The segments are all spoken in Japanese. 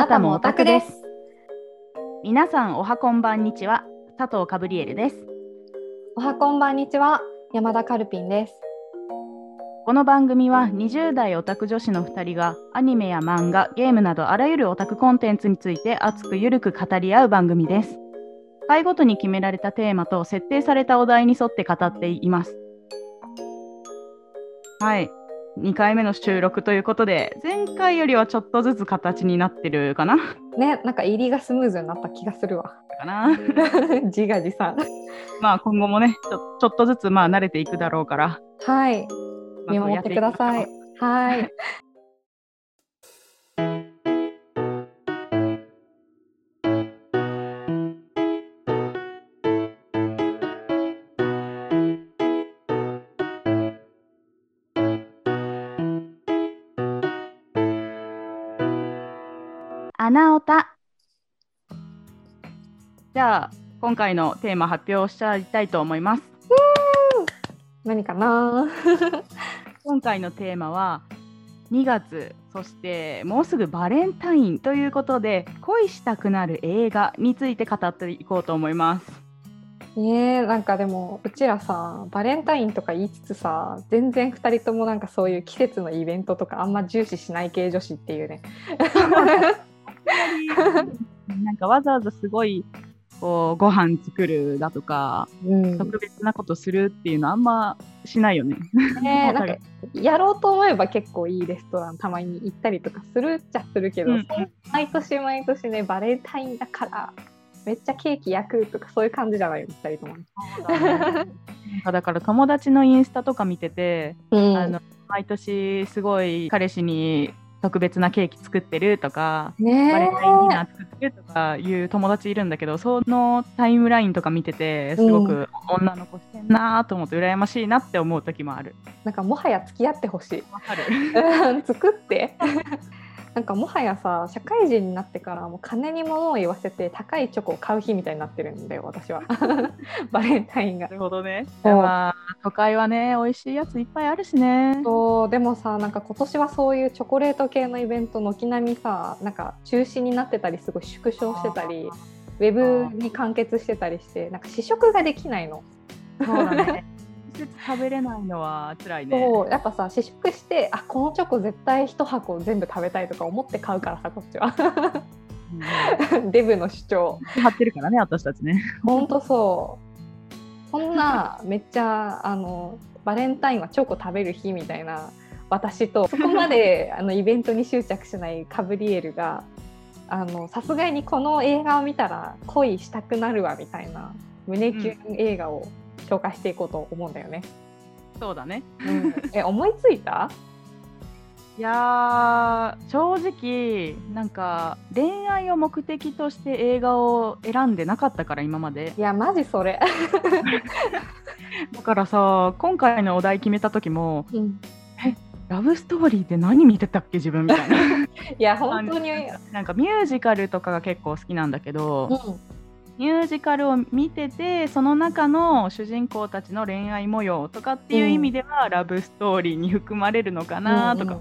なたもオタクです。皆さんおはこんばんにちは、佐藤かぶりえるです。 おはこんばんにちは、山田カルピンです。 この番組は20代オタク女子の2人がアニメや漫画、ゲームなどあらゆるオタクコンテンツについて熱くゆるく語り合う番組です。回ごとに決められたテーマと設定されたお題に沿って語っています。はい、2回目の収録ということで、前回よりはちょっとずつ形になってるかな。 ね、なんか入りがスムーズになった気がするわ。 かな自画自賛。 まあ今後もね、ちょっとずつ慣れていくだろうから。 はい、見守ってください。はい。 穴オタ。じゃあ今回のテーマ発表しちゃいたいと思います。 何かな今回のテーマは2月、そしてもうすぐバレンタインということで、恋したくなる映画について語っていこうと思います。 なんかでもうちらさ、バレンタインとか言いつつさ、全然2人ともなんかそういう季節のイベントとかあんま重視しない系女子っていうね。 なんかわざわざすごいこうご飯作るだとか、特別なことするっていうのあんましないよね。 なんかやろうと思えば結構いいレストランたまに行ったりとかするっちゃするけど、毎年毎年ね、バレンタインだからめっちゃケーキ焼くとかそういう感じじゃないよ、2人とも。 だから友達のインスタとか見てて、毎年すごい彼氏に特別なケーキ作ってるとか、バレンタインディナー作ってるとかいう友達いるんだけど、そのタイムラインとか見ててすごく女の子してんなと思って羨ましいなって思う時もある。 なんかもはや付き合ってほしい。 わかる作ってなんかもはやさ、社会人になってからもう金に物を言わせて高いチョコを買う日みたいになってるんだよ、私は。バレンタインが。 なるほどね。都会はね、美味しいやついっぱいあるしね。 そう、でもさ、なんか今年はそういうチョコレート系のイベント軒並みさ、なんか中止になってたり、すごい縮小してたり、ウェブに完結してたりして、なんか試食ができないの。 そうだね。食べれないのは辛いね。 そう、やっぱさ、試食して、あ、このチョコ絶対1箱全部食べたいとか思って買うからさ、こっちは。デブの主張張ってるからね、私たちね。 ほんとそう。そんなめっちゃバレンタインはチョコ食べる日みたいな私と、そこまでイベントに執着しないカブリエルがさすがにこの映画を見たら恋したくなるわみたいな胸キュン映画を紹介していこうと思うんだよね。 そうだね。 思いついた？ いや正直なんか恋愛を目的として映画を選んでなかったから今まで。 いやマジそれだからさ、今回のお題決めた時も、ラブストーリーって何見てたっけ自分みたいな。 いや本当になんかミュージカルとかが結構好きなんだけど、ミュージカルを見ててその中の主人公たちの恋愛模様とかっていう意味では、ラブストーリーに含まれるのかなとか思って、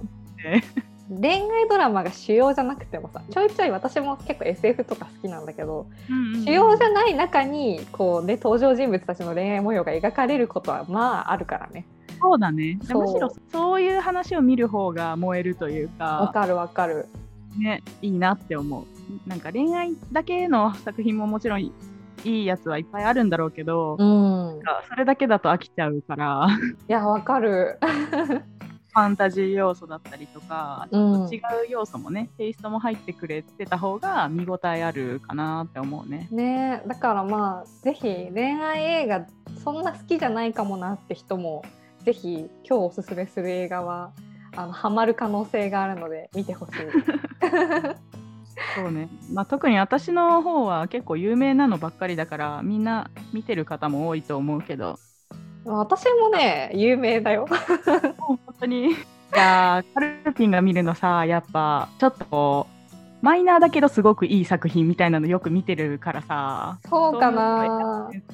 恋愛ドラマが主要じゃなくてもさ、ちょいちょい私も結構 SF とか好きなんだけど、主要じゃない中にこうね、登場人物たちの恋愛模様が描かれることはまああるからね。 そうだね。むしろそういう話を見る方が燃えるというか。 わかるわかる。 ね、いいなって思う。なんか恋愛だけの作品ももちろんいいやつはいっぱいあるんだろうけど、なんかそれだけだと飽きちゃうから。 いやわかる。 ファンタジー要素だったりとか、ちょっと違う要素もね、テイストも入ってくれてた方が見応えあるかなって思うね。 ね、だからまあぜひ恋愛映画そんな好きじゃないかもなって人もぜひ今日おすすめする映画はハマる可能性があるので見てほしい。 そうね。特に私の方は結構有名なのばっかりだからみんな見てる方も多いと思うけど。 私もね有名だよ。 本当に。いやカルピンが見るのさ、やっぱちょっとこうマイナーだけどすごくいい作品みたいなのよく見てるからさ。 そうかな。 ち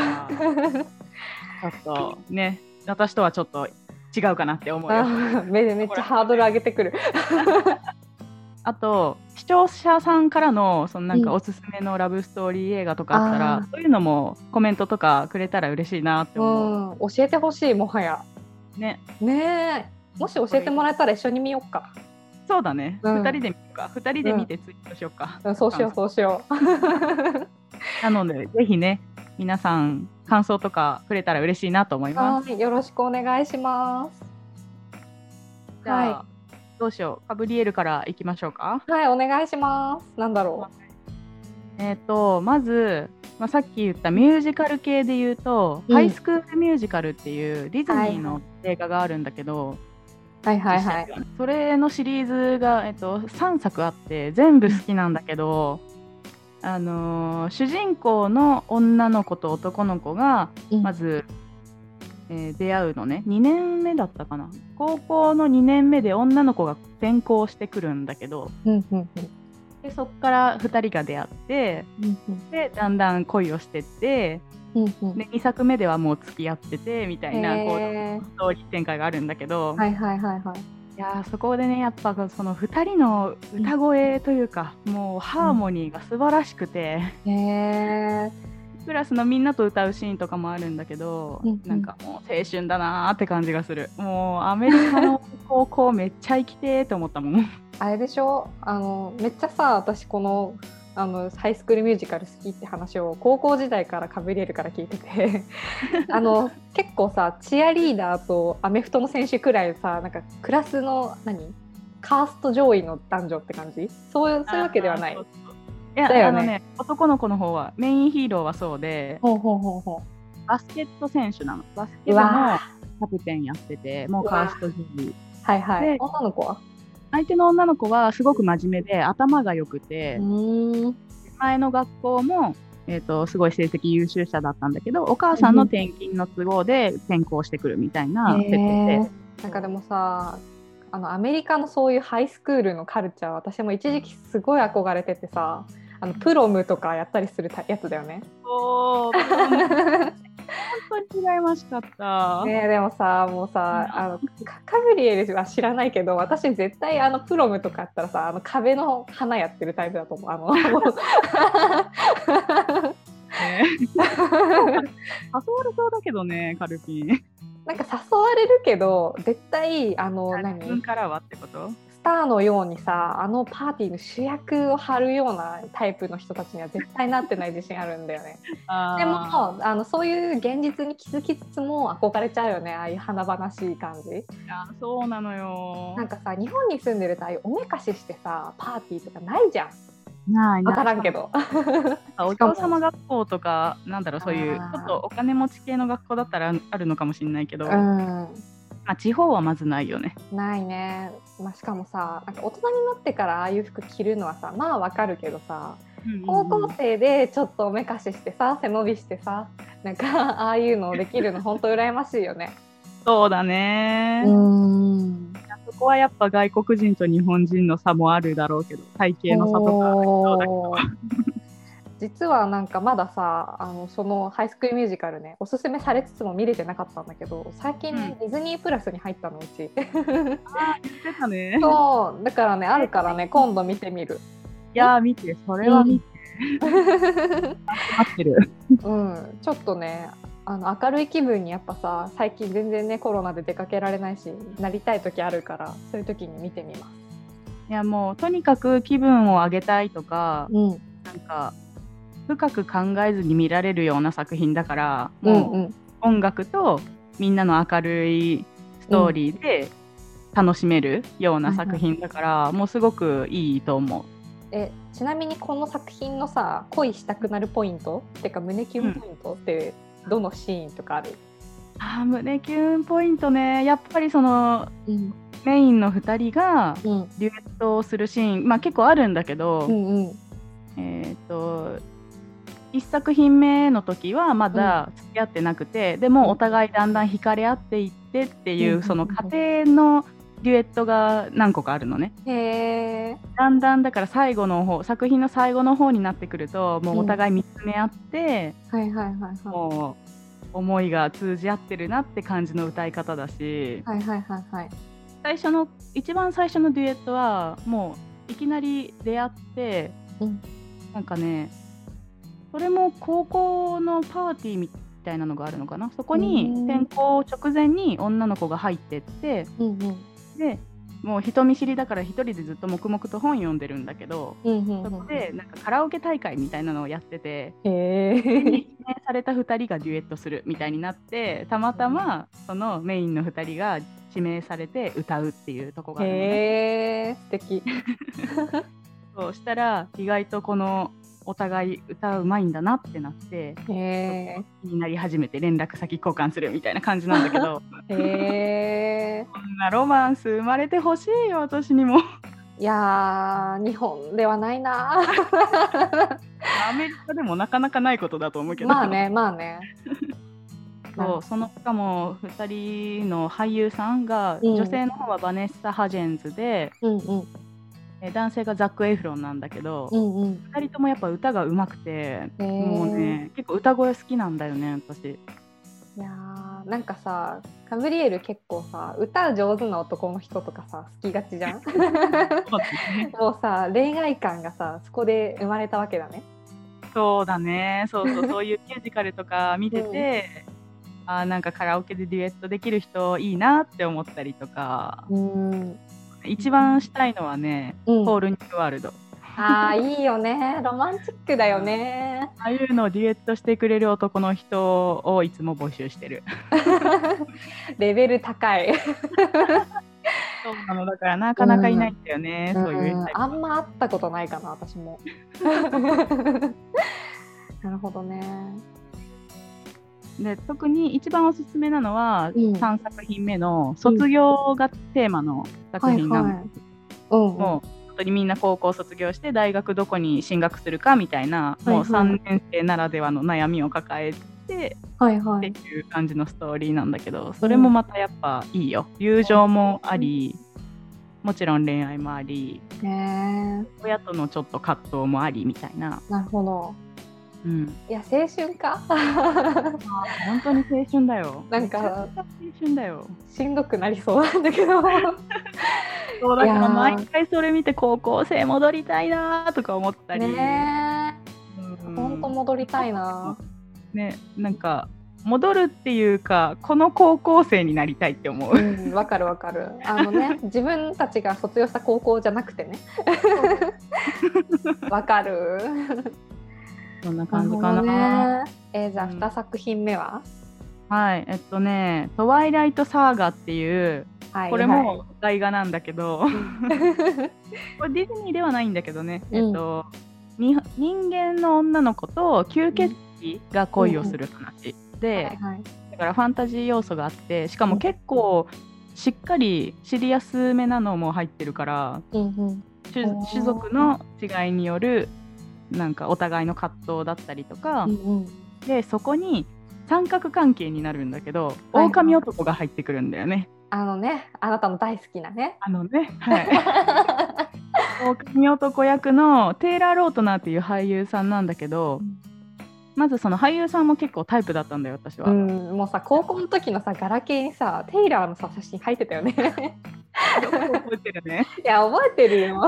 ょっとね、私とはちょっと違うかなって思うよ。 めっちゃハードル上げてくる。 あと視聴者さんからのそのなんかおすすめのラブストーリー映画とかあったら、そういうのもコメントとかくれたら嬉しいなって思う。 教えてほしい、もはや。 ねえ、もし教えてもらえたら一緒に見よっか。 そうだね、2人で見ようか。2人で見てツイートしようか。 そうしようそうしよう。 なのでぜひね、皆さん感想とかくれたら嬉しいなと思います。 よろしくお願いします。 じゃあ、どうしよう、カブリエルからいきましょうか。 はい、お願いします。なんだろう。まず、さっき言ったミュージカル系で言うと、ハイスクールミュージカルっていうディズニーの映画があるんだけど、それのシリーズが、3作あって全部好きなんだけど、主人公の女の子と男の子がまず、出会うのね。2年目だったかな。高校の2年目で女の子が転校してくるんだけど、でそこから2人が出会って、でだんだん恋をしてって、で2作目ではもう付き合っててみたいなこうストーリー展開があるんだけど、いやそこでね、やっぱその2人の歌声というか、もうハーモニーが素晴らしくて、クラスのみんなと歌うシーンとかもあるんだけど、なんかもう青春だなーって感じがする。もうアメリカの高校めっちゃ行きてーと思ったもん。 あれでしょ、めっちゃさ、私このハイスクールミュージカル好きって話を高校時代からカブリエルから聞いてて結構さ、チアリーダーとアメフトの選手くらいさ、なんかクラスのカースト上位の男女って感じ？そういうわけではない。 いや、男の子の方はメインヒーローはそうで、バスケット選手なの。バスケットのキャプテンやってて、もうカースト上位。で、 女の子は？ 相手の女の子はすごく真面目で頭が良くて、前の学校も、すごい成績優秀者だったんだけど、お母さんの転勤の都合で転校してくるみたいな設定で。 なんかでもさ、アメリカのそういうハイスクールのカルチャー、私も一時期すごい憧れててさ、プロムとかやったりするやつだよね。 本当に羨ましかった。 でもさ、もうさ、カブリエルは知らないけど、私絶対プロムとかやったらさ、壁の花やってるタイプだと思う。誘われそうだけどね、カルピン。 なんか誘われるけど、絶対自分からはってこと？ スターのようにさ、パーティーの主役を張るようなタイプの人たちには絶対なってない自信あるんだよね。でもそういう現実に気づきつつも憧れちゃうよね、ああいう華々しい感じ。 いやそうなのよ。 なんかさ、日本に住んでるとああいうおめかししてさ、パーティーとかないじゃん。 ない分からんけどお嬢様学校とか、なんだろう、そういうちょっとお金持ち系の学校だったらあるのかもしれないけど、地方はまずないよね。 ないね。しかもさ、なんか大人になってからああいう服着るのはさ、まあわかるけどさ、高校生でちょっとおめかししてさ、背伸びしてさ、なんかああいうのできるの本当羨ましいよね。 そうだね。そこはやっぱ外国人と日本人の差もあるだろうけど、体型の差とかそうだけど実はなんかまださ、そのハイスクールミュージカルね、おすすめされつつも見れてなかったんだけど、最近ね、ディズニープラスに入ったの、うち。 言ってたね。 そうだからね、あるからね、今度見てみる。 いや見て、それは見て。待ってる。 ちょっとね、明るい気分にやっぱさ、最近全然ね、コロナで出かけられないし、なりたい時あるから、そういう時に見てみます。 いやもうとにかく気分を上げたいとか、なんか深く考えずに見られるような作品だから、もう音楽とみんなの明るいストーリーで楽しめるような作品だから、もうすごくいいと思う。 ちなみにこの作品のさ、恋したくなるポイントってか胸キュンポイントってどのシーンとかある？ 胸キュンポイントね、やっぱりその、メインの2人がデュエットをするシーン、結構あるんだけど、1作品目の時はまだ付き合ってなくて、でもお互いだんだん惹かれ合っていってっていう、その過程のデュエットが何個かあるのね。だんだんだから最後の方、作品の最後の方になってくると、もうお互い見つめ合って、もう思いが通じ合ってるなって感じの歌い方だし、一番最初のデュエットはもういきなり出会って、 うん、 なんかねそれも高校のパーティーみたいなのがあるのかな。そこに転校直前に女の子が入ってって、 うんうん、 でもう人見知りだから一人でずっと黙々と本読んでるんだけど、そこでなんかカラオケ大会みたいなのをやってて、指名された2人がデュエットするみたいになって、たまたまそのメインの2人が指名されて歌うっていうとこがあるのね。 素敵そうしたら意外とこのお互い歌うまいんだなってなって、気になり始めて連絡先交換するみたいな感じなんだけどこんなロマンス生まれてほしいよ私にも。 いやー日本ではないなアメリカでもなかなかないことだと思うけどまあねそうそのしかも2人の俳優さんが、女性の方はバネッサ・ハジェンズで、男性がザック・エフロンなんだけど、2人ともやっぱ歌が上手くて、もうね結構歌声好きなんだよね私。いやーなんかさガブリエル結構さ歌上手な男の人とかさ好きがちじゃんもうさ恋愛感がさそこで生まれたわけだね。 そうだねそういうミュージカルとか見てて、なんかカラオケでデュエットできる人いいなって思ったりとか、一番したいのはね、ホールニューワールド。 いいよねロマンチックだよねああいうのをデュエットしてくれる男の人をいつも募集してるレベル高いそうなのだからなかなかいないんだよね、そういうあんま会ったことないかな私もなるほどね。 で特に一番おすすめなのは、3作品目の卒業がテーマの作品なの。もう本当にみんな高校卒業して大学どこに進学するかみたいな、もう3年生ならではの悩みを抱えて、っていう感じのストーリーなんだけど、それもまたやっぱいいよ。友情もあり、もちろん恋愛もあり、親とのちょっと葛藤もありみたいな。 なるほど。いや青春か本当に青春だよ。 なんか青春だよ。 しんどくなりそうなんだけどそうだから毎回それ見て高校生戻りたいなとか思ったり本当戻りたいなね。なんか戻るっていうかこの高校生になりたいって思う。 わかる自分たちが卒業した高校じゃなくてねわかるそんな感じかな。 じゃあ2作品目は、 トワイライトサーガっていう、これも映画なんだけどこれディズニーではないんだけどね、人間の女の子と吸血鬼が恋をする話で、だからファンタジー要素があって、しかも結構しっかりシリアスめなのも入ってるから、種族の違いによるなんかお互いの葛藤だったりとか、でそこに三角関係になるんだけど、狼男が入ってくるんだよね。 あなたの大好きなね。 狼男役のテイラー・ロートナーっていう俳優さんなんだけど、まずその俳優さんも結構タイプだったんだよ私は。 もうさ高校の時のさガラケーにさテイラーのさ写真入ってたよねよく覚えてるね。 いや覚えてるよ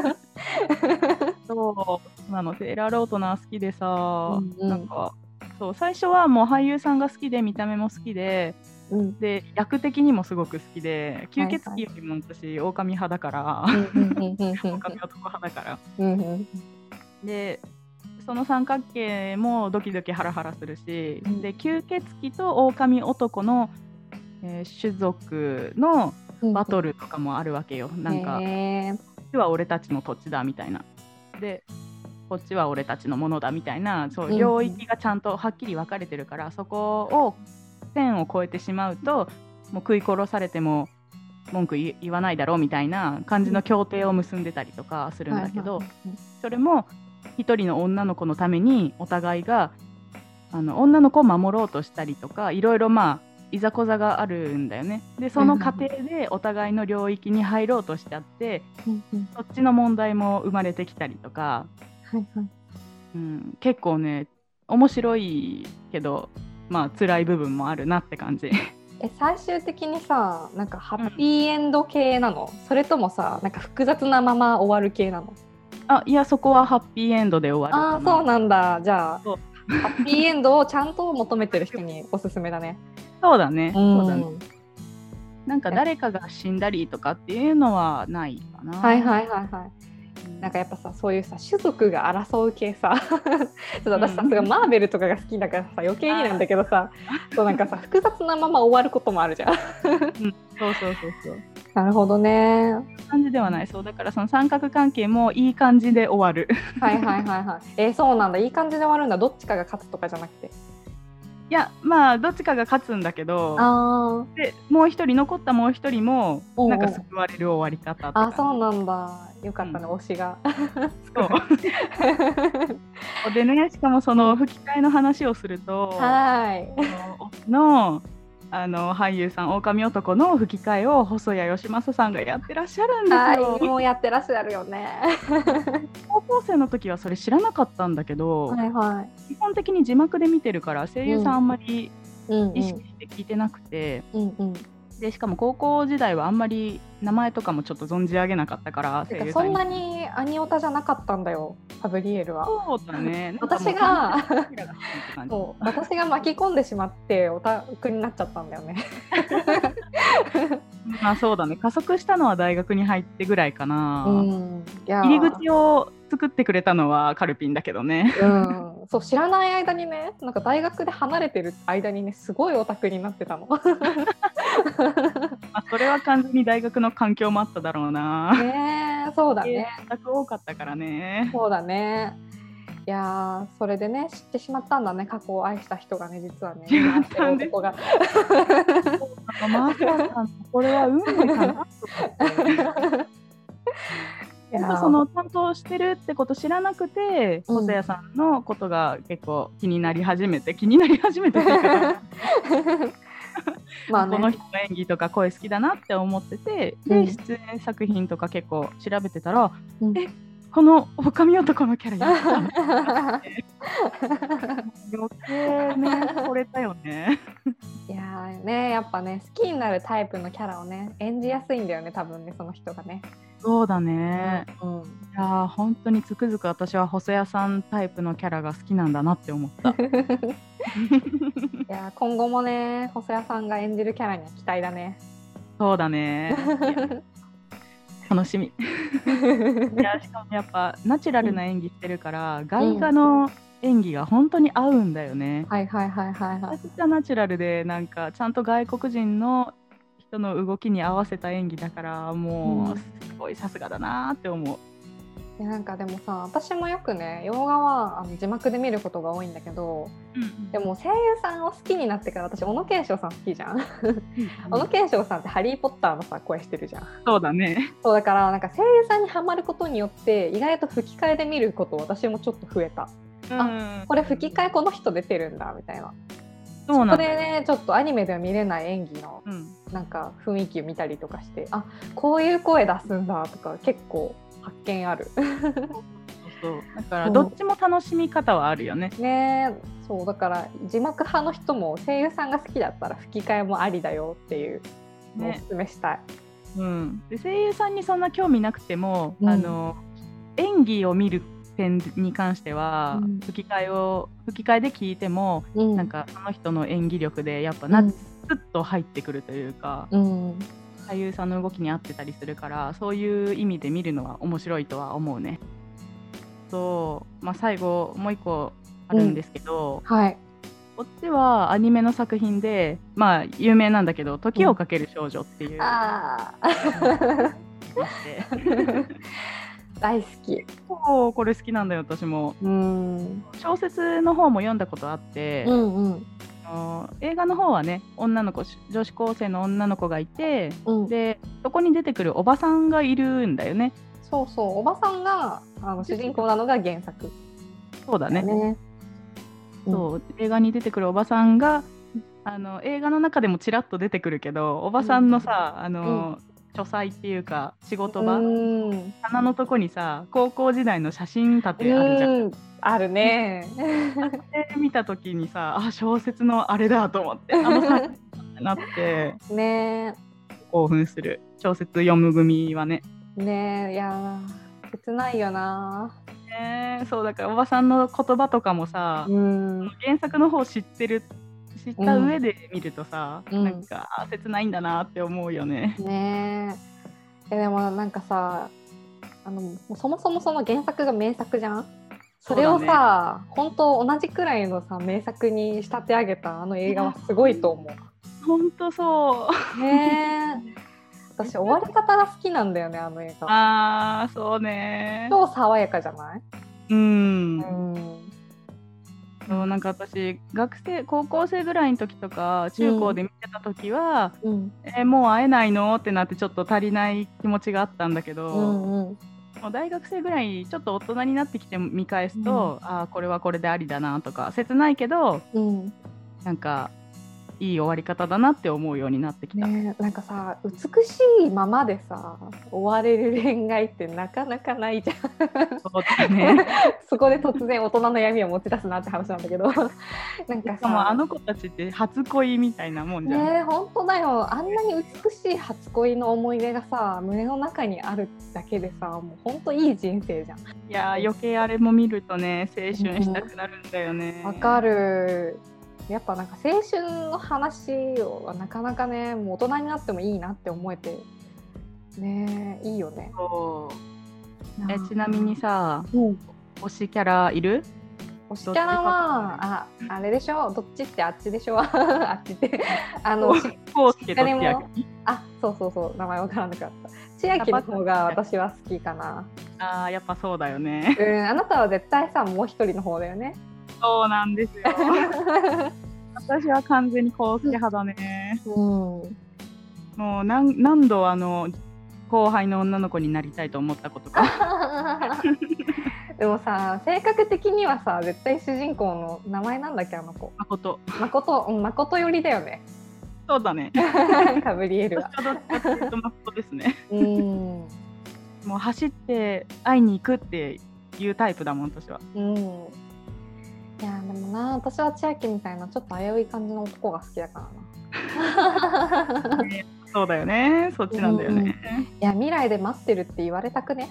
そうなの、テイラー・ロートナー好きでさ、なんかそう最初はもう俳優さんが好きで見た目も好きで、で役的にもすごく好きで、吸血鬼よりも私狼派だから狼男派だからでその三角形もドキドキハラハラするし、で吸血鬼と狼男の、種族のバトルとかもあるわけよ。なんかこっちは俺たちの土地だみたいな、でこっちは俺たちのものだみたいな、そう領域がちゃんとはっきり分かれてるから、そこを線を越えてしまうともう食い殺されても文句言わないだろうみたいな感じの協定を結んでたりとかするんだけど、それも一人の女の子のためにお互いが女の子を守ろうとしたりとか、いろいろいざこざがあるんだよね。でその過程でお互いの領域に入ろうとしちゃって、そっちの問題も生まれてきたりとか、結構ね面白いけど辛い部分もあるなって感じ最終的にさなんかハッピーエンド系なの、それともさなんか複雑なまま終わる系なの？ いやそこはハッピーエンドで終わるかな。 そうなんだ。じゃあハッピーエンドをちゃんと求めてる人におすすめだね。 そうだね。そうだね。なんか誰かが死んだりとかっていうのはないかな。 はいはいはいはい。なんかやっぱさそういうさ種族が争う系さちょっと私さすがマーベルとかが好きだからさ余計になんだけどさそうなんかさ複雑なまま終わることもあるじゃん。 そうそう。 なるほどね。 感じではない。そうだからその三角関係もいい感じで終わる。 はいはいはいはい。そうなんだ。いい感じで終わるんだ。どっちかが勝つとかじゃなくて。 いやまあどっちかが勝つんだけど、でもう一人残ったもう一人もなんか救われる終わり方とか。 そうなんだ。よかったね、推しが。 そうでね、しかもその吹き替えの話をすると、俳優さん狼男の吹き替えを細谷義正さんがやってらっしゃるんですよ。 もうやってらっしゃるよね。 高校生の時はそれ知らなかったんだけど、基本的に字幕で見てるから声優さんあんまり意識して聞いてなくて、でしかも高校時代はあんまり名前とかもちょっと存じ上げなかったから、 そんなにアニオタじゃなかったんだよ、ガブリエルは。 そうだね。 私が巻き込んでしまってオタクになっちゃったんだよね。 まあそうだね。加速したのは大学に入ってぐらいかな。入り口を作ってくれたのはカルピンだけどね。 そう知らない間にね、なんか大学で離れてる間にね、すごいオタクになってたの。 それは完全に大学の環境もあっただろうな。 そうだね。 オタク多かったからね。 そうだね。いやそれでね知ってしまったんだね、過去を愛した人がね、実はね。男が。 マーサさん、これは運命かなと思って。その担当してるってこと知らなくて、細谷さんのことが結構気になり始めてっていうかこの人の演技とか声好きだなって思ってて、で出演作品とか結構調べてたら、この狼男のキャラやったの余計ね惚れたよね。 いやね、やっぱね好きになるタイプのキャラをね演じやすいんだよね、多分ね、その人がね。 そうだね。いや本当につくづく私は細谷さんタイプのキャラが好きなんだなって思った。いや今後もね細谷さんが演じるキャラには期待だね。 そうだね。楽しみ。いやしかもやっぱナチュラルな演技してるから、外画の演技が本当に合うんだよね。めちゃくちゃナチュラルで、なんかちゃんと外国人の人の動きに合わせた演技だから、もうすごいさすがだなって思う。 なんかでもさ、私もよくね洋画は字幕で見ることが多いんだけど、でも声優さんを好きになってから私小野賢章さん好きじゃん。小野賢章さんってハリーポッターのさ声してるじゃん。 そうだね。 そうだからなんか声優さんにハマることによって意外と吹き替えで見ること私もちょっと増えた。これ吹き替えこの人出てるんだみたいな。そこでねちょっとアニメでは見れない演技のなんか雰囲気を見たりとかして、こういう声出すんだとか結構発見ある。 そうだからどっちも楽しみ方はあるよね。 そうだから字幕派の人も声優さんが好きだったら吹き替えもありだよっていうのをおすすめしたい。 で声優さんにそんな興味なくても、演技を見る点に関しては、吹き替えで聞いても、なんかその人の演技力でやっぱスッと入ってくるというか、俳優さんの動きに合ってたりするから、そういう意味で見るのは面白いとは思うね。最後もう一個あるんですけど、こっちはアニメの作品で有名なんだけど「時をかける少女」っていう、 大好き。 これ好きなんだよ私も。小説の方も読んだことあって、映画の方はね女子高生の女の子がいて、でそこに出てくるおばさんがいるんだよね。そうおばさんが主人公なのが原作。 そうだね。映画に出てくるおばさんが映画の中でもちらっと出てくるけど、おばさんのさ書斎っていうか仕事場、棚のとこにさ高校時代の写真立てあるじゃん。 あるね。 で見た時にさ小説のあれだと思って、さなってね興奮する。小説読む組はね。 ねえ、いや切ないよな。 そうだからおばさんの言葉とかもさ、原作の方知った上で見るとさ、なんか切ないんだなって思うよね。 ねえ、でもなんかさ、そもそもその原作が名作じゃん。それをさ、本当同じくらいのさ名作に仕立て上げたあの映画はすごいと思う。 本当そうねえ。私終わり方が好きなんだよね、あの映画。そうね。 超爽やかじゃない？ そう、なんか私高校生ぐらいの時とか中高で見てた時は、もう会えないのってなってちょっと足りない気持ちがあったんだけど、もう大学生ぐらいちょっと大人になってきて見返すと、これはこれでありだなとか、切ないけど、なんかいい終わり方だなって思うようになってきた。 なんかさ、美しいままでさ終われる恋愛ってなかなかないじゃん。 そうだね。 そこで突然大人の闇を持ち出すなって話なんだけどなんかさ、 もあの子たちって初恋みたいなもんじゃん。 ね、本当だよ。あんなに美しい初恋の思い出がさ胸の中にあるだけでさ、もう本当いい人生じゃん。いや余計あれも見るとね、青春したくなるんだよね。 わかる。やっぱなんか青春の話をなかなかね、もう大人になってもいいなって思えてね、いいよね。 ちなみにさ、推しキャラいる？ 推しキャラはあれでしょ、どっちってあっちでしょあっちって康介と千秋。 そう名前わからなかった。千秋の方が私は好きかな。 やっぱそうだよね。 あなたは絶対さもう一人の方だよね。 そうなんですよ私は完全に康介派だね。もう何度後輩の女の子になりたいと思ったことかでもさ、性格的にはさ絶対主人公の名前なんだっけ、あの子。誠寄りだよね。 そうだねガブリエルは。 どっちかというと誠ですね。もう走って会いに行くっていうタイプだもん私は。 いやでもな、私は千秋みたいなちょっと危うい感じの男が好きだからなそうだよね、そっちなんだよね。 いや未来で待ってるって言われたくね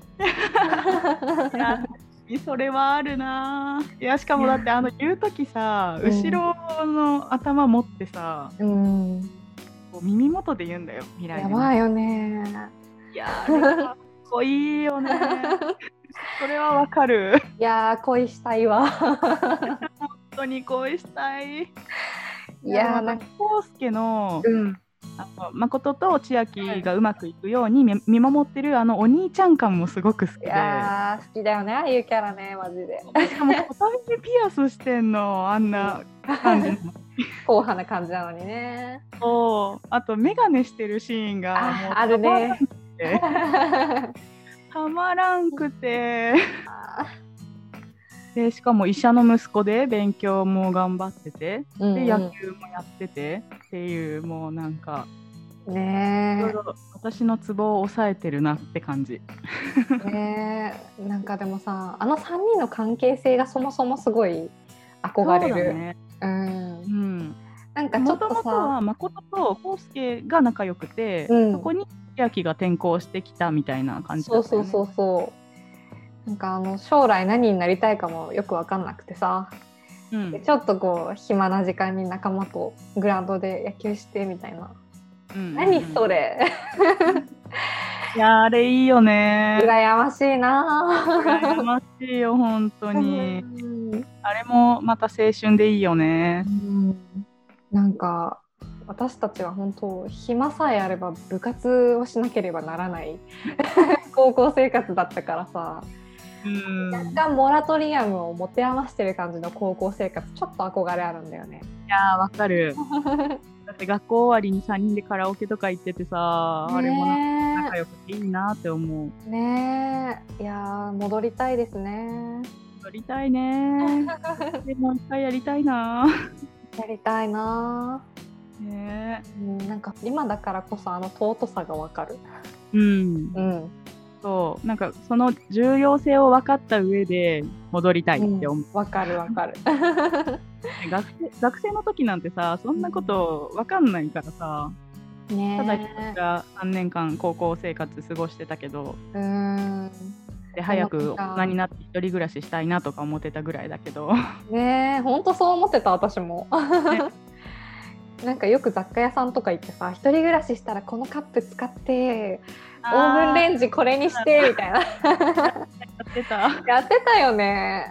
いやそれはあるな。いやしかもだって言う時さ、後ろの頭持ってさ、耳元で言うんだよ、未来で。 やばいよね。 いやかっこいいよねそれはわかる。 いや恋したいわ本当に恋したい。いやなんか康介の、誠と千秋がうまくいくように見守ってるお兄ちゃん感もすごく好きで。いや好きだよね、ああいうキャラね、マジで。 しかも片目ピアスしてんの、あんな感じの硬派な感じなのにね。 あとメガネしてるシーンがもうあるねたまらんくてでしかも医者の息子で勉強も頑張ってて、で野球もやっててっていう、もうなんかね、私のツボを抑えてるなって感じね。なんかでもさ、あの3人の関係性がそもそもすごい憧れる。なんかちょっとさ、もともとは誠と康介が仲良くて、そこに千秋が転校してきたみたいな感じだったよね。そうなんか将来何になりたいかもよく分かんなくてさ、でちょっとこう暇な時間に仲間とグラウンドで野球してみたいな、何それいやあれいいよね。 羨ましいな。 羨ましいよ本当にあれもまた青春でいいよね。 なんか私たちは本当暇さえあれば部活をしなければならない高校生活だったからさ、若干モラトリアムを持て余してる感じの高校生活、ちょっと憧れあるんだよね。 いやわかるだって学校終わりに3人でカラオケとか行っててさ、あれも仲良くていいなって思うね。 いや戻りたいですね。 戻りたいねでもう一回やりたいな。 やりたいな。なんか今だからこそ尊さがわかる。 そうなんかその重要性を分かった上で戻りたいって思う。 わかる学生の時なんてさそんなこと分かんないからさ、ただ私が3年間高校生活過ごしてたけど、で早く大人になって一人暮らししたいなとか思ってたぐらいだけどね、ほんとそう思ってた私も、ね、なんかよく雑貨屋さんとか行ってさ、一人暮らししたらこのカップ使ってオーブンレンジこれにしてみたいなやってたよね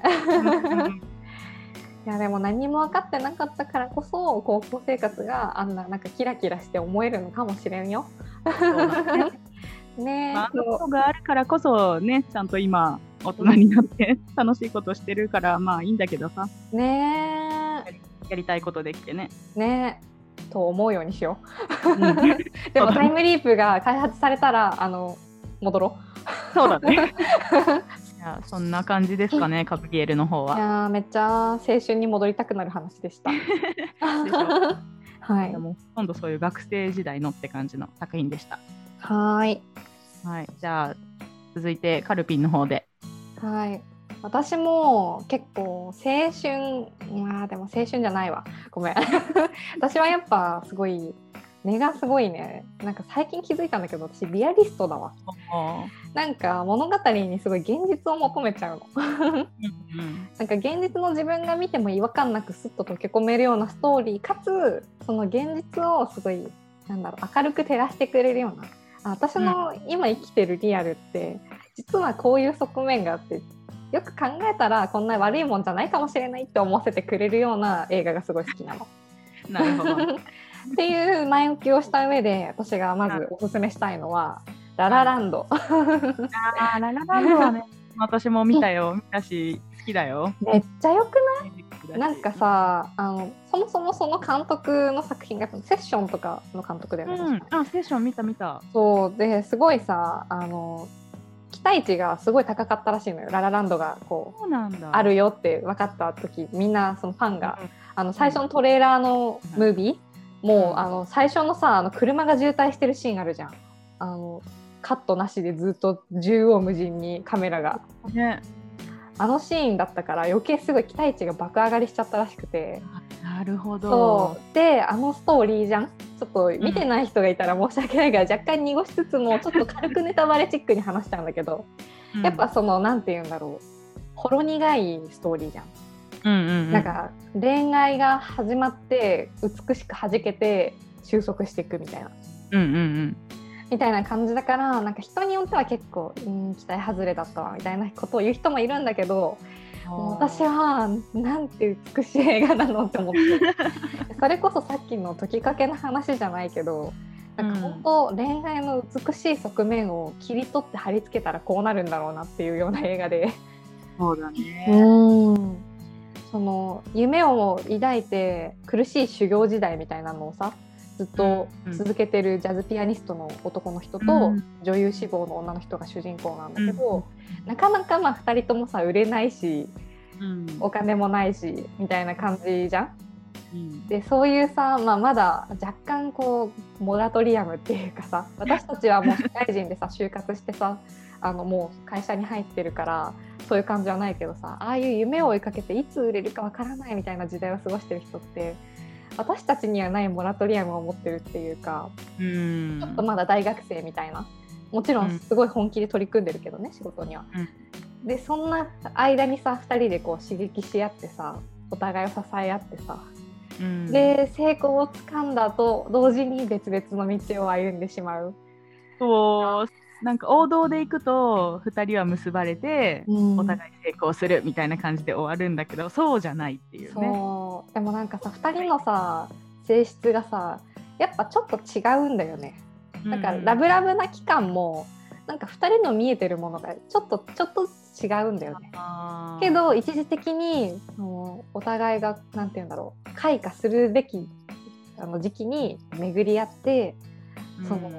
いやでも何も分かってなかったからこそ高校生活があんななんかキラキラして思えるのかもしれんよ。そうだね。 ね、あのことがあるからこそね、ちゃんと今大人になって楽しいことしてるからまあいいんだけどさ。 ねやりたいことできてね。 ねと思うようにしよう。でもタイムリープが開発されたら戻ろう。そうだね。いやそんな感じですかね、カブリエルの方は。 いやめっちゃ青春に戻りたくなる話でした。でしょはい。 でも今度そういう学生時代のって感じの作品でした。 はい。 じゃあ続いてカルピンの方で。 はい。私も結構青春、まあでも青春じゃないわ。ごめん。私はやっぱすごい根がすごいね。なんか最近気づいたんだけど私リアリストだわ。なんか物語にすごい現実を求めちゃうの。なんか現実の自分が見ても違和感なくスッと溶け込めるようなストーリーかつその現実をすごい明るく照らしてくれるような、私の今生きてるリアルって実はこういう側面があってよく考えたらこんな悪いもんじゃないかもしれないって思わせてくれるような映画がすごい好きなの。 なるほどっていう前置きをした上で私がまずおすすめしたいのはララランド。 ララランドはね私も見たよ、見たし好きだよ。 めっちゃよくない？なんかさそもそもその監督の作品がセッションとかの監督だよね。 セッション見た。 そうですごいさ期待値がすごい高かったらしいのよ。ララランドがこうあるよって分かった時みんなそのファンが、最初のトレーラーのムービー、もう最初のさ車が渋滞してるシーンあるじゃん。カットなしでずっと縦横無尽にカメラが、 ね、 あのシーンだったから余計すごい期待値が爆上がりしちゃったらしくて。 なるほど。 そうでストーリーじゃん。ちょっと見てない人がいたら申し訳ないから若干濁しつつもちょっと軽くネタバレチックに話しちゃうんだけど、やっぱそのなんて言うんだろう、ほろ苦いストーリーじゃん。なんか恋愛が始まって美しく弾けて収束していくみたいな、みたいな感じだから、なんか人によっては結構期待外れだったわみたいなことを言う人もいるんだけど、私はなんて美しい映画なのって思ってそれこそさっきの解きかけの話じゃないけど、なんか本当恋愛の美しい側面を切り取って貼り付けたらこうなるんだろうなっていうような映画で。 そうだね。 その夢を抱いて苦しい修行時代みたいなのをさずっと続けてるジャズピアニストの男の人と女優志望の女の人が主人公なんだけど、なかなか2人ともさ売れないし、お金もないしみたいな感じじゃん。でそういうさ、まだ若干こうモラトリアムっていうかさ、私たちはもう社会人でさ就活してさもう会社に入ってるからそういう感じはないけどさ、ああいう夢を追いかけていつ売れるかわからないみたいな時代を過ごしてる人って私たちにはないモラトリアムを持ってるっていうか、ちょっとまだ大学生みたいな、もちろんすごい本気で取り組んでるけどね、仕事には。でそんな間にさ2人でこう刺激し合ってさお互いを支え合ってさ、で成功をつかんだと同時に別々の道を歩んでしまう。 そうなんか王道でいくと2人は結ばれて、お互い成功するみたいな感じで終わるんだけど、そうじゃないっていうね。 そうでもなんかさ2人のさ性質がさやっぱちょっと違うんだよね。なんかラブラブな期間もなんか2人の見えてるものがちょっと違うんだよね。けど一時的にお互いがなんて言うんだろう、開花するべき時期に巡り合って、その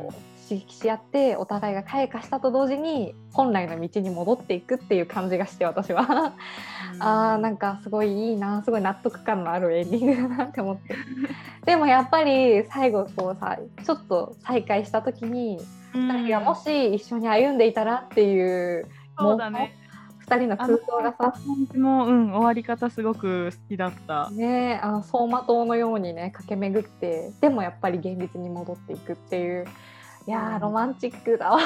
刺激し合ってお互いが開花したと同時に本来の道に戻っていくっていう感じがして、私はなんかすごいいいな、すごい納得感のあるエンディングだなって思ってでもやっぱり最後こうさ、ちょっと再会した時に2人がもし一緒に歩んでいたらっていう、 そうだね、 2人の空想がさ、 も終わり方すごく好きだったね。走馬灯のようにね駆け巡って、でもやっぱり現実に戻っていくっていう、いやロマンチックだわ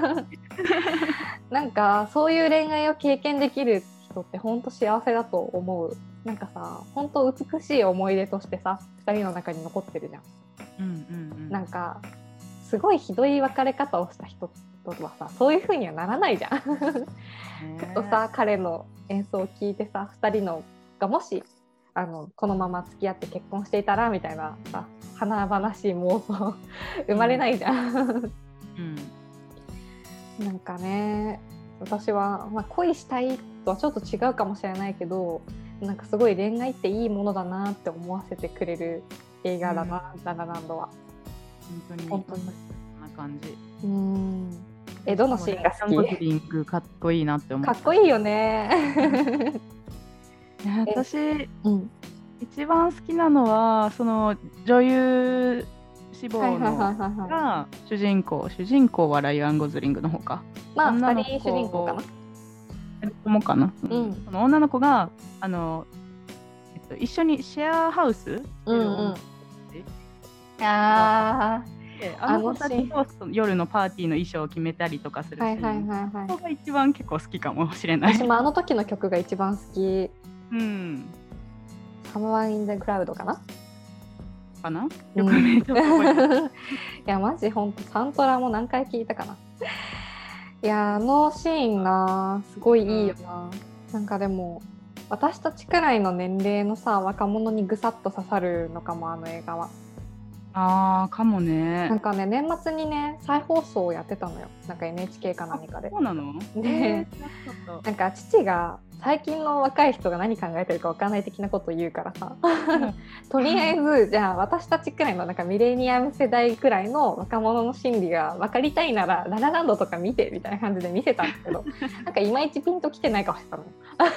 なんかそういう恋愛を経験できる人って本当幸せだと思う。なんかさ、本当美しい思い出としてさ、2人の中に残ってるじゃん。なんかすごいひどい別れ方をした人とはさ、そういう風にはならないじゃんきっとさ、彼の演奏を聴いてさ、2人のがもしこのまま付き合って結婚していたらみたいなさ、華々しい妄想生まれないじゃんなんかね、私は、恋したいとはちょっと違うかもしれないけど、なんかすごい恋愛っていいものだなって思わせてくれる映画だな、ララランドは。 本当にそんな感じ。 どのシーンが好き？ ゴズリングかっこいいなって思う。 かっこいいよね私、一番好きなのはその女優志望のが主人公はライアン・ゴズリングの方か。 2人主人公かな。 かな。その女の子が一緒にシェアハウス。あの子たちと夜のパーティーの衣装を決めたりとかするし、そこが一番結構好きかもしれない。 私もあの時の曲が一番好き。Someone in the Cloud かなよくね、ちょっと覚えていやマジほんとサントラも何回聞いたかな。いやシーンなすごいいいよな。なんかでも私たちくらいの年齢のさ、若者にぐさっと刺さるのかも、あの映画は。 かもね。 なんかね、年末にね再放送をやってたのよ。なんか NHK か何かで。 そうなの？ で、なんか父が最近の若い人が何考えてるか分かんない的なことを言うからさとりあえずじゃあ私たちくらいのなんかミレニアム世代くらいの若者の心理が分かりたいならララランドとか見てみたいな感じで見せたんだけどなんかいまいちピンときてない顔してたの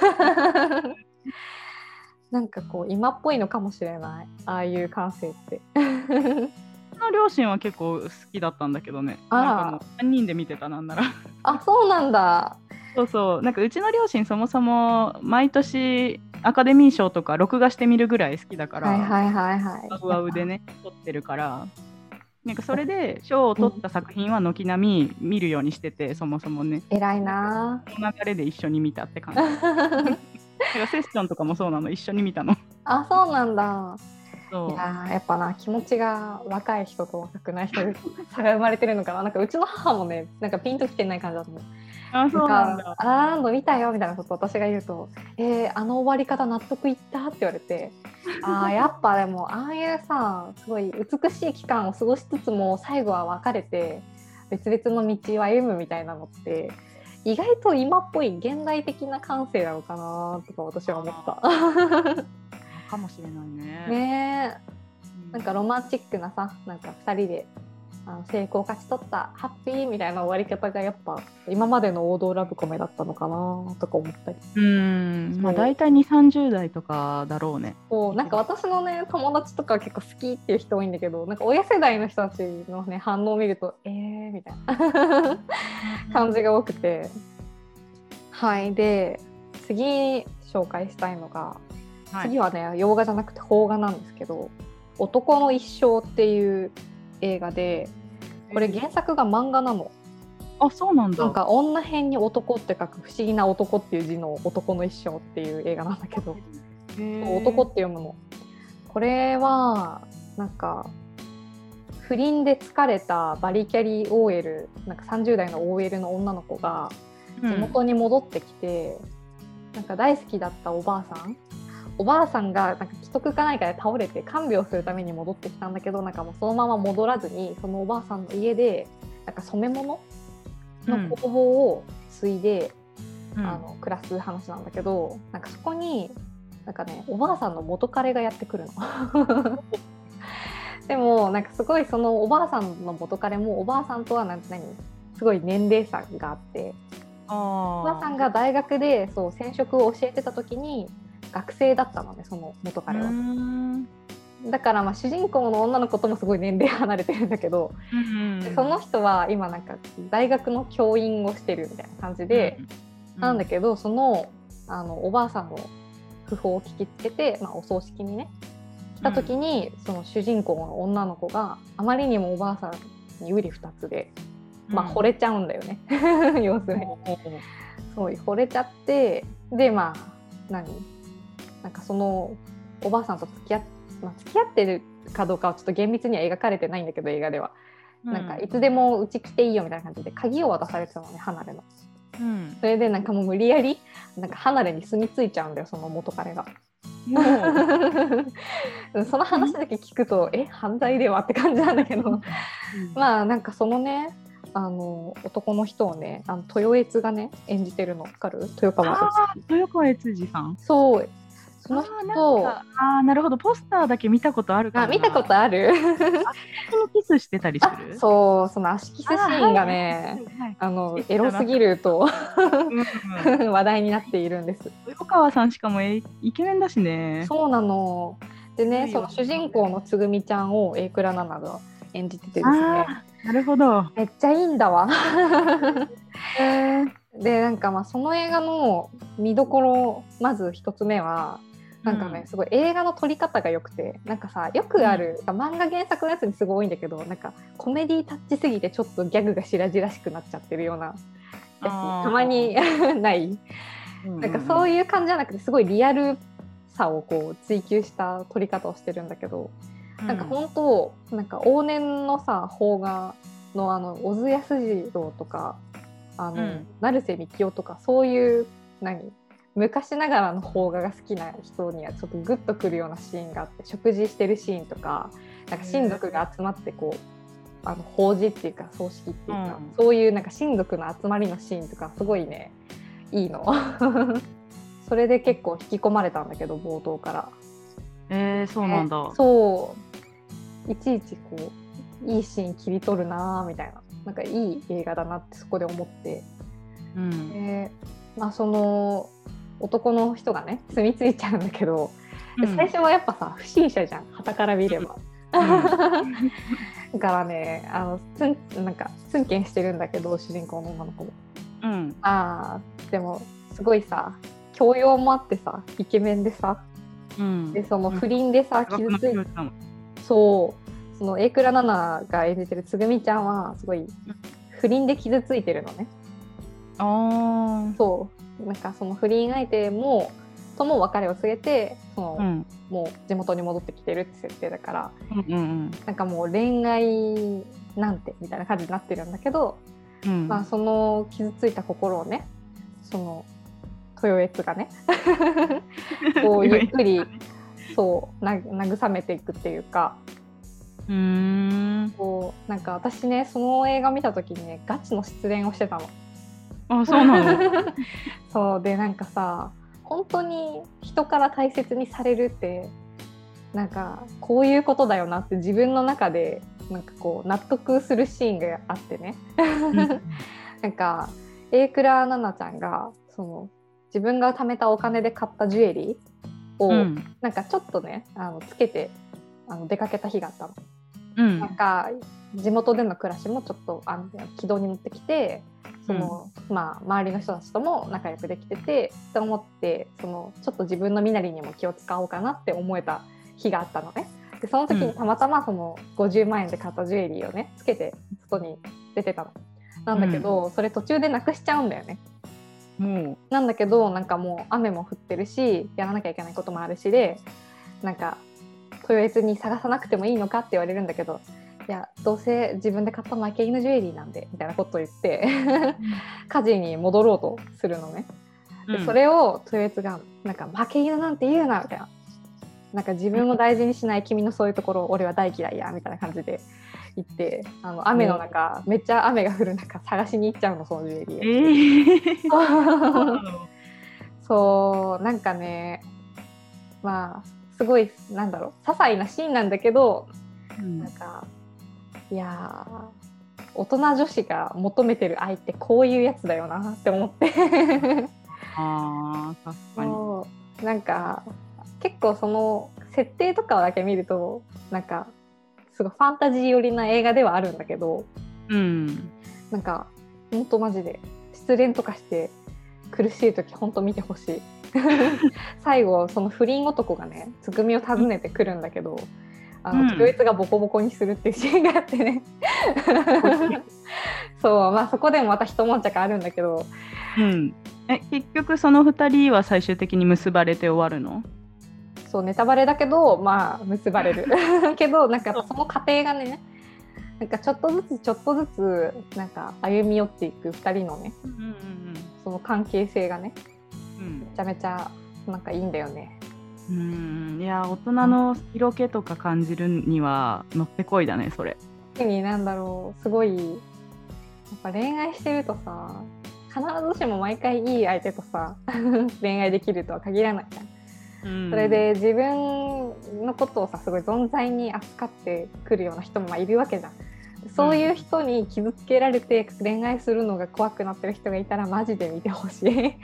なんかこう今っぽいのかもしれない、ああいう感性っての両親は結構好きだったんだけどね。なんかもう3人で見てた、なんならそうなんだ。 そうなんかうちの両親そもそも毎年アカデミー賞とか録画してみるぐらい好きだから、ワウワウでね撮ってるから、なんかそれで賞を取った作品は軒並み見るようにしてて、そもそもね。 偉いな。 その流れで一緒に見たって感じセッションとかもそうなの、一緒に見たの。 そうなんだ。いややっぱな、気持ちが若い人と若くない人で差が生まれてるのかな。なんかうちの母もね、なんかピンときてない感じだと思う。 そうなんだ。 ラランド見たよみたいなことを私が言うと、あの終わり方納得いったって言われてやっぱでもああいうさ、すごい美しい期間を過ごしつつも最後は別れて別々の道を歩むみたいなのって意外と今っぽい現代的な感性なのかなとか私は思ったかもしれないね。 ねえ、なんかロマンチックなさ、なんか2人で成功を勝ち取ったハッピーみたいな終わり方がやっぱ今までの王道ラブコメだったのかなとか思ったり。 大体 2,30 代とかだろうね。 なんか私のね友達とか結構好きっていう人多いんだけど、なんか親世代の人たちのね反応を見るとみたいな感じが多くて、で次紹介したいのが、次はね洋画じゃなくて邦画なんですけど、男の一生っていう映画で、これ原作が漫画なの。 そうなんだ。 なんか女編に男って書く不思議な男っていう字の男の一生っていう映画なんだけど、男って読むの。これはなんか不倫で疲れたバリキャリ OL、 なんか30代の OL の女の子が地元に戻ってきて、なんか大好きだったおばあさんがなんか既得かないかで倒れて看病するために戻ってきたんだけど、なんかもうそのまま戻らずにそのおばあさんの家でなんか染め物の工房を継いで、暮らす話なんだけど、なんかそこになんかねおばあさんの元彼がやってくるのでもなんかすごいそのおばあさんの元彼もおばあさんとはすごい年齢差があって、おばあさんが大学でそう染色を教えてた時に学生だったのね、その元彼は。だからまあ主人公の女の子ともすごい年齢離れてるんだけど、その人は今なんか大学の教員をしてるみたいな感じで、なんだけどそのおばあさんの訃報を聞きつけて、まあ、お葬式にね来た時に、その主人公の女の子があまりにもおばあさんにうり二つで、まあ、惚れちゃうんだよね要するに。そう惚れちゃって、でまあなんかそのおばあさんと付き合ってるかどうかはちょっと厳密には描かれてないんだけど、映画では、なんかいつでもうち来ていいよみたいな感じで鍵を渡されてたのね、離れの。それでなんかもう無理やりなんか離れに住み着いちゃうんだよ、その元彼が。その話だけ聞くと犯罪ではって感じなんだけどまあなんかそのね男の人をね豊悦がね演じてるの分かる？豊川悦司さん。 そうその人なるほど、ポスターだけ見たことあるかもな。 見たことある？ そのキスしてたりする？ そう、その足キスシーンがね、エロすぎると話題になっているんです。 豊川さんしかもイケメンだしね。 そうなの。でね、その主人公のつぐみちゃんを榮倉奈々が演じててですね。 なるほど。 めっちゃいいんだわ。でなんかまあその映画の見どころ、まず一つ目はなんかね、すごい映画の撮り方が良くて、なんかさよくある、漫画原作のやつにすごい多いんだけど、なんかコメディタッチすぎてちょっとギャグが白々しくなっちゃってるようなやつたまにない、なんかそういう感じじゃなくてすごいリアルさをこう追求した撮り方をしてるんだけど、なんか本当なんか往年のさ邦画の小津安二郎とか成瀬みきおとか、そういう昔ながらの邦画が好きな人にはちょっとグッとくるようなシーンがあって、食事してるシーンとか、なんか親族が集まってこう法事っていうか葬式っていうか、そういうなんか親族の集まりのシーンとかすごいねいいのそれで結構引き込まれたんだけど、冒頭から。 そうなんだ。 そういちいちこういいシーン切り取るなみたいな、なんかいい映画だなってそこで思って、まあその男の人がね住み着いちゃうんだけど、最初はやっぱさ不審者じゃん、傍から見れば。だからねなんかツンケンしてるんだけど主人公の女の子も、でもすごいさ教養もあってさイケメンでさ、でその不倫でさ傷ついて、その榮倉奈々が演じてるつぐみちゃんはすごい不倫で傷ついてるのね。そうなんかその不倫相手とも別れを告げてもう地元に戻ってきてるって設定だから、なんかもう恋愛なんてみたいな感じになってるんだけど、まあその傷ついた心をねその豊悦がねこうゆっくり慰めていくっていうか、こうなんか私ねその映画見た時にねガチの失恋をしてたの。 そうなの？ そうでなんかさ本当に人から大切にされるってなんかこういうことだよなって自分の中でなんかこう納得するシーンがあってねなんか榮倉奈々ちゃんが自分が貯めたお金で買ったジュエリーを、なんかちょっとねつけて出かけた日があったの。なんか地元での暮らしもちょっと軌道に乗ってきてまあ、周りの人たちとも仲良くできててと思ってちょっと自分の身なりにも気を使おうかなって思えた日があったのね。でその時にたまたま50万円で買ったジュエリーをねつけて外に出てたのなんだけど、それ途中でなくしちゃうんだよね。なんだけどなんかもう雨も降ってるしやらなきゃいけないこともあるしでなんか豊悦に探さなくてもいいのかって言われるんだけど、いやどうせ自分で買った負け犬ジュエリーなんでみたいなことを言って家事に戻ろうとするのね。でそれを豊悦がなんか負け犬なんて言うなみたいな、なんか自分を大事にしない君のそういうところ俺は大嫌いやみたいな感じで言って雨の中、めっちゃ雨が降る中探しに行っちゃうのそのジュエリー。そうなんかねまあすごい些細なシーンなんだけどなんかいや大人女子が求めてる愛ってこういうやつだよなって思ってあ確かに。 なんか結構その設定とかだけ見るとなんかすごいファンタジー寄りな映画ではあるんだけど、なんかほんとマジで失恋とかして苦しい時ほんと見てほしい最後その不倫男がねつぐみを訪ねてくるんだけど、こいつがボコボコにするっていうシーンがあってねそうまあそこでもまた一悶着あるんだけど、 結局その2人は最終的に結ばれて終わるの？ そうネタバレだけどまあ結ばれるけどなんかその過程がねなんかちょっとずつなんか歩み寄っていく2人のね、その関係性がね、めちゃめちゃなんかいいんだよね。 いや大人の色気とか感じるにはのってこいだねそれ。 特になんだろうすごいやっぱ恋愛してるとさ必ずしも毎回いい相手とさ恋愛できるとは限らないじゃん。それで自分のことをさすごい存在に扱ってくるような人もいるわけじゃん。そういう人に傷つけられて恋愛するのが怖くなってる人がいたらマジで見てほしい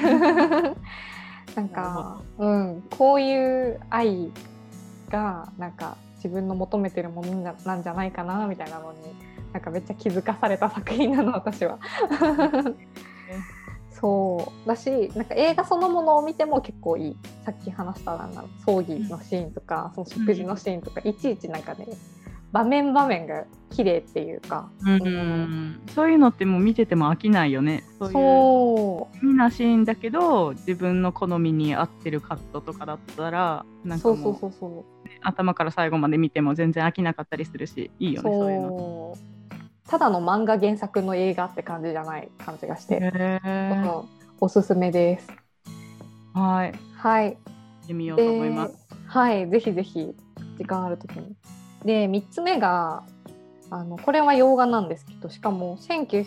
なんか、こういう愛がなんか自分の求めてるものなんじゃないかなみたいなのになんかめっちゃ気づかされた作品なの私はそうだしなんか映画そのものを見ても結構いい。さっき話した葬儀のシーンとか、その食事のシーンとか、いちいちなんかね場面が綺麗っていうか、 そういうのってもう見てても飽きないよね。そういう地味なシーンだけど自分の好みに合ってるカットとかだったらなんかもう頭から最後まで見ても全然飽きなかったりするしいいよねそういうの。 ただの漫画原作の映画って感じじゃない感じがしておすすめです。はい。 見てみようと思います。 はい、ぜひぜひ時間あるときに。で3つ目がこれは洋画なんですけどしかも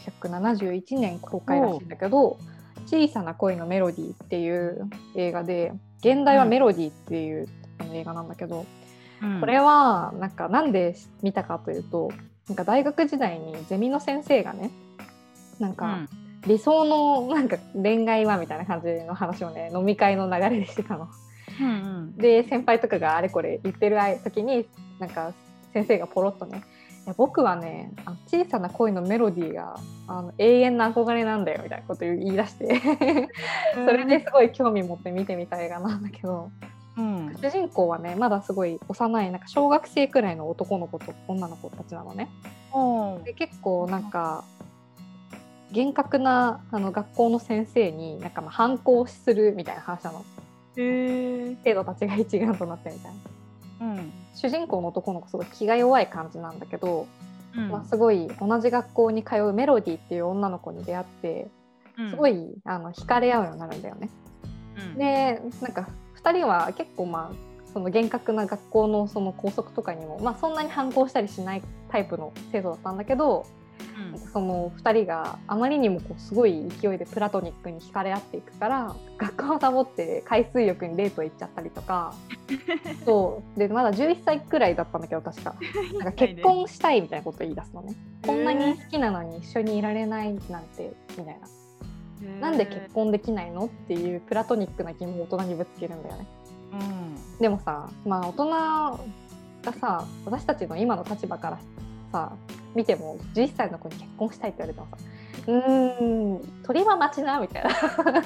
1971年公開らしいんだけど「小さな恋のメロディー」っていう映画で現代はメロディーっていう映画なんだけど、これはなんで見たかというとなんか大学時代にゼミの先生がねなんか、理想のなんか恋愛はみたいな感じの話をね飲み会の流れでしてたの。で先輩とかがあれこれ言ってる時になんか先生がポロッとねいや僕はね小さな恋のメロディーが永遠な憧れなんだよみたいなことを言い出してそれですごい興味持って見てみた映画なんだけど、主人公はねまだすごい幼いなんか小学生くらいの男の子と女の子たちなのね。で結構なんか厳格な学校の先生になんか反抗するみたいな話なの。生徒たちが一丸となってみたいな。主人公の男の子すごい気が弱い感じなんだけど、すごい同じ学校に通うメロディーっていう女の子に出会ってすごい惹かれ合うようになるんだよね。でなんか2人は結構その厳格な学校のその校則とかにも、そんなに反抗したりしないタイプの生徒だったんだけど、その2人があまりにもすごい勢いでプラトニックに惹かれ合っていくから学校をサボって海水浴にデート行っちゃったりとかそうでまだ11歳くらいだったんだけど確かなんか結婚したいみたいなことを言い出すのね。こんなに好きなのに一緒にいられないなんてみたいな。なんで結婚できないのっていうプラトニックな疑問を大人にぶつけるんだよね。でもさ、大人がさ私たちの今の立場からさ見ても11歳の子に結婚したいって言われてもさ鳥は待ちなみたいな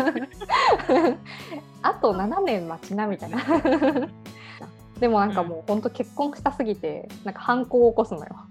あと7年待ちなみたいなでもなんかもうほんと結婚したすぎてなんか反抗を起こすのよ。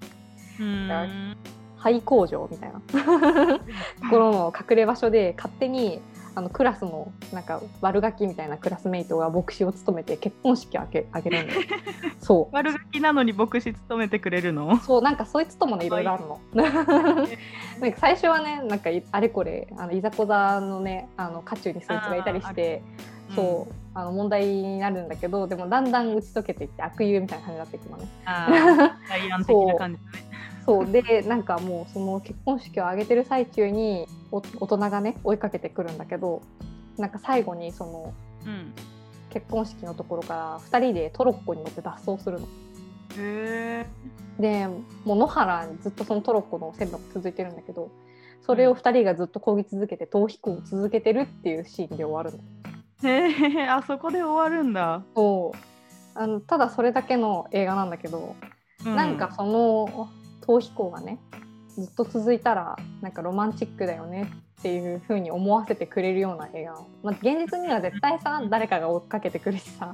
廃工場みたいなところの隠れ場所で勝手にクラスのなんか悪ガキみたいなクラスメイトが牧師を務めて結婚式を挙げるんだよ。そう悪ガキなのに牧師務めてくれるの？ そうなんかそいつともねいろいろあるのなんか最初はねなんかあれこれいざこざのね渦中にそいつがいたりしてそう問題になるんだけどでもだんだん打ち解けていって悪友みたいな感じになっていくのね。 ダイアン的な感じだね。 そうでなんかもうその結婚式を挙げてる最中に大人がね追いかけてくるんだけどなんか最後にその、結婚式のところから2人でトロッコに乗って脱走するの。 へでもう野原にずっとそのトロッコの線路が続いてるんだけど、それを2人がずっと漕ぎ続けて逃避行を続けてるっていうシーンで終わるの。 へえ、あそこで終わるんだ。 そうただそれだけの映画なんだけど、なんかその逃避行がねずっと続いたらなんかロマンチックだよねっていう風に思わせてくれるような映画、現実には絶対さ誰かが追っかけてくるしさ、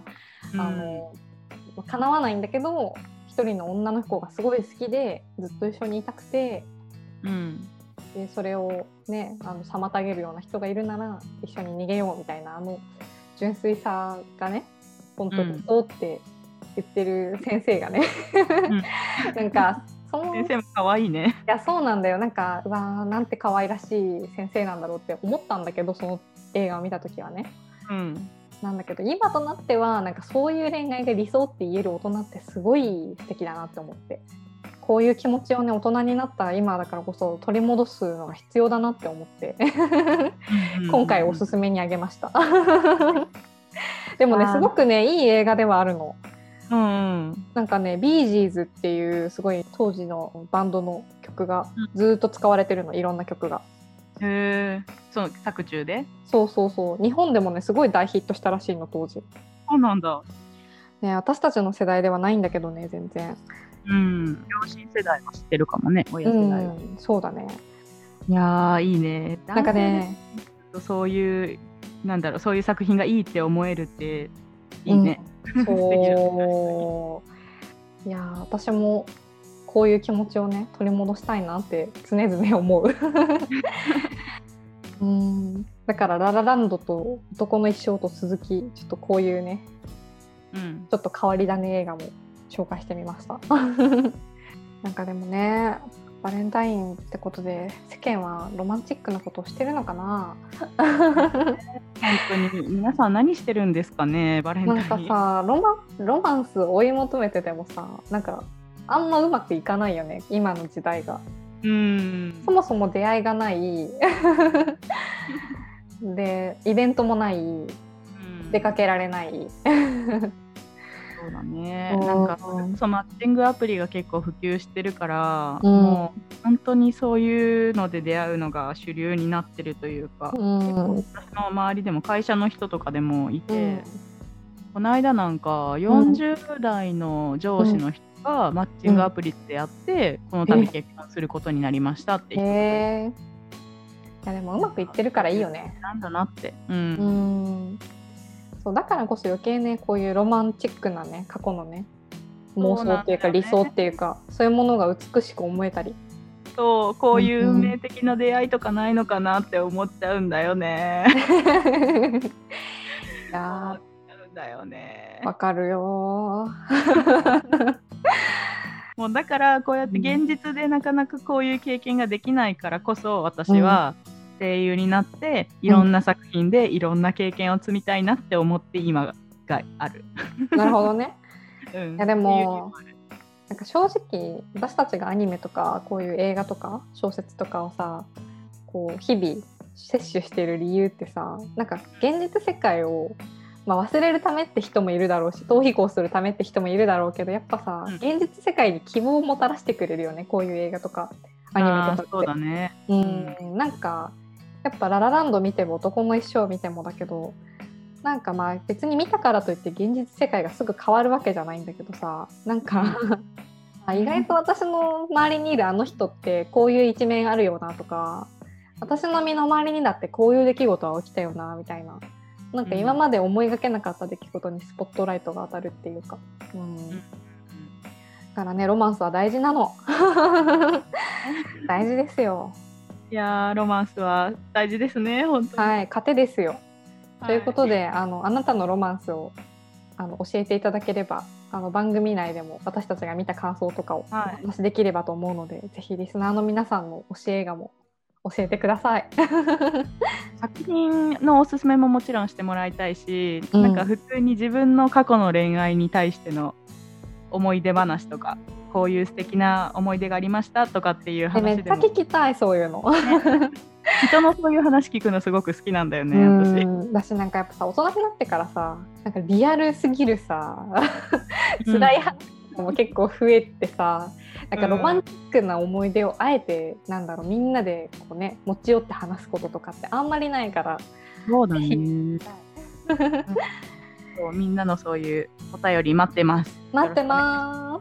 叶わないんだけど一人の女の子がすごい好きでずっと一緒にいたくて、でそれをね妨げるような人がいるなら一緒に逃げようみたいな純粋さがね本当にそうって言ってる先生がね、なんか先生も可愛いね。 いやそうなんだよ。なんかうわーなんて可愛らしい先生なんだろうって思ったんだけど、その映画を見た時はね、なんだけど今となってはなんかそういう恋愛が理想って言える大人ってすごい素敵だなって思って、こういう気持ちをね大人になった今だからこそ取り戻すのが必要だなって思って今回おすすめにあげましたでもねすごくねいい映画ではあるの。なんかねビージーズっていうすごい当時のバンドの曲がずっと使われてるの、いろんな曲が。 へえ、その作中で？ そう日本でもねすごい大ヒットしたらしいの当時。 そうなんだね。私たちの世代ではないんだけどね全然。 両親世代は知ってるかもね、親世代は。 そうだね。 いやいいね。 なんかねそういうなんだろう、そういう作品がいいって思えるっていいね。 そういや私もこういう気持ちをね取り戻したいなって常々思うだからララランドと男の一生と続きちょっとこういうね、ちょっと変わり種映画も紹介してみましたなんかでもねバレンタインってことで世間はロマンチックなことをしてるのかな本当に皆さん何してるんですかね、バレンタイン。 なんかさロマンスを追い求めててもさなんかあんまうまくいかないよね今の時代が。そもそも出会いがないでイベントもない、出かけられないそうだね。なんかマッチングアプリが結構普及してるから、もう本当にそういうので出会うのが主流になってるというか、結構私の周りでも会社の人とかでもいて、この間なんか40代の上司の人がマッチングアプリで出会って、この度結婚することになりましたって人がいて、 いやでもうまくいってるからいいよね。 なんだなって。 そうだからこそ余計ねこういうロマンチックなね過去のね妄想っていうか理想っていうかそういうものが美しく思えたり、 そうこういう運命的な出会いとかないのかなって思っちゃうんだよねいやだよね。 わかるよもうだからこうやって現実でなかなかこういう経験ができないからこそ私は声優になっていろんな作品でいろんな経験を積みたいなって思って今があるなるほどね、いやでもなんか正直私たちがアニメとかこういう映画とか小説とかをさこう日々摂取している理由ってさ、なんか現実世界を忘れるためって人もいるだろうし逃避行するためって人もいるだろうけど、やっぱさ、現実世界に希望をもたらしてくれるよねこういう映画とかアニメとかって。 そうだね。 なんかやっぱララランド見ても男の一生見てもだけど、なんか別に見たからといって現実世界がすぐ変わるわけじゃないんだけどさ、なんか意外と私の周りにいるあの人ってこういう一面あるよなとか、私の身の回りにだってこういう出来事は起きたよなみたいな、なんか今まで思いがけなかった出来事にスポットライトが当たるっていうか、だからねロマンスは大事なの大事ですよ。 いやロマンスは大事ですね本当に。 はい、糧ですよ。ということであなたのロマンスを教えていただければ番組内でも私たちが見た感想とかをお話しできればと思うので、ぜひリスナーの皆さんの推し映画も教えてください作品のおすすめももちろんしてもらいたいし、なんか普通に自分の過去の恋愛に対しての思い出話とか、こういう素敵な思い出がありましたとかっていう話でもめっちゃ聞きたい、そういうの人のそういう話聞くのすごく好きなんだよね私。 だしなんかやっぱさ大人になってからさ、なんかリアルすぎるさ辛い話も結構増えてさ、なんかロマンチックな思い出をあえて、なんだろう、みんなでこうね持ち寄って話すこととかってあんまりないから。 そうだね。そう、みんなのそういうお便り待ってます。 待ってます。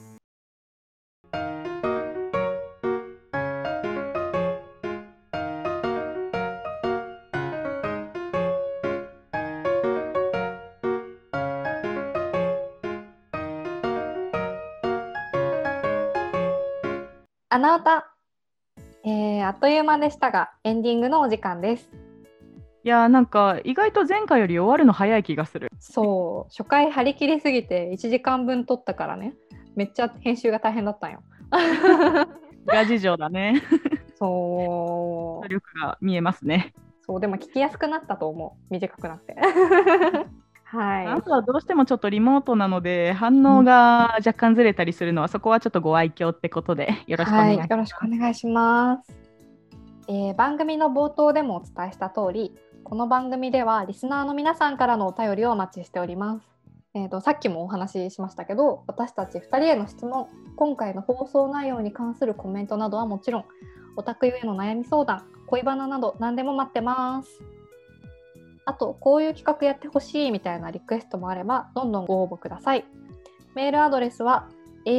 穴歌、あっという間でしたがエンディングのお時間です。 いやー、なんか意外と前回より終わるの早い気がする。 そう、初回張り切りすぎて1時間分撮ったからね、めっちゃ編集が大変だったんよ。 裏事情だね。 そう、 努力が見えますね。 そう、でも聞きやすくなったと思う、短くなって。はい、 あとはどうしてもちょっとリモートなので反応が若干ずれたりするのは、そこはちょっとご愛嬌ってことでよろしくお願いします。 はい、よろしくお願いします。番組の冒頭でもお伝えした通り、この番組ではリスナーの皆さんからのお便りをお待ちしております。さっきもお話ししましたけど、私たち2人への質問、今回の放送内容に関するコメントなどはもちろん、オタクゆえの悩み相談、恋バナなど何でも待ってます。あと、こういう企画やってほしいみたいなリクエストもあればどんどんご応募ください。メールアドレスは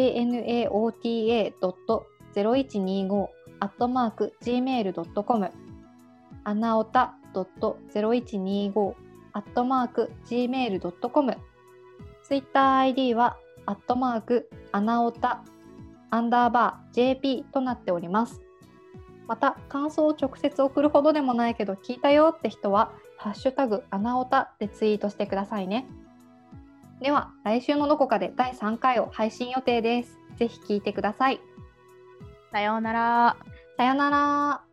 anaota.0125@gmail.com、 anaota.0125@gmail.com、 Twitter ID は@anaota_jp となっております。また、感想を直接送るほどでもないけど聞いたよって人はハッシュタグアナオタでツイートしてくださいね。では、来週のどこかで第3回を配信予定です。ぜひ聞いてください。 さようなら。 さようなら。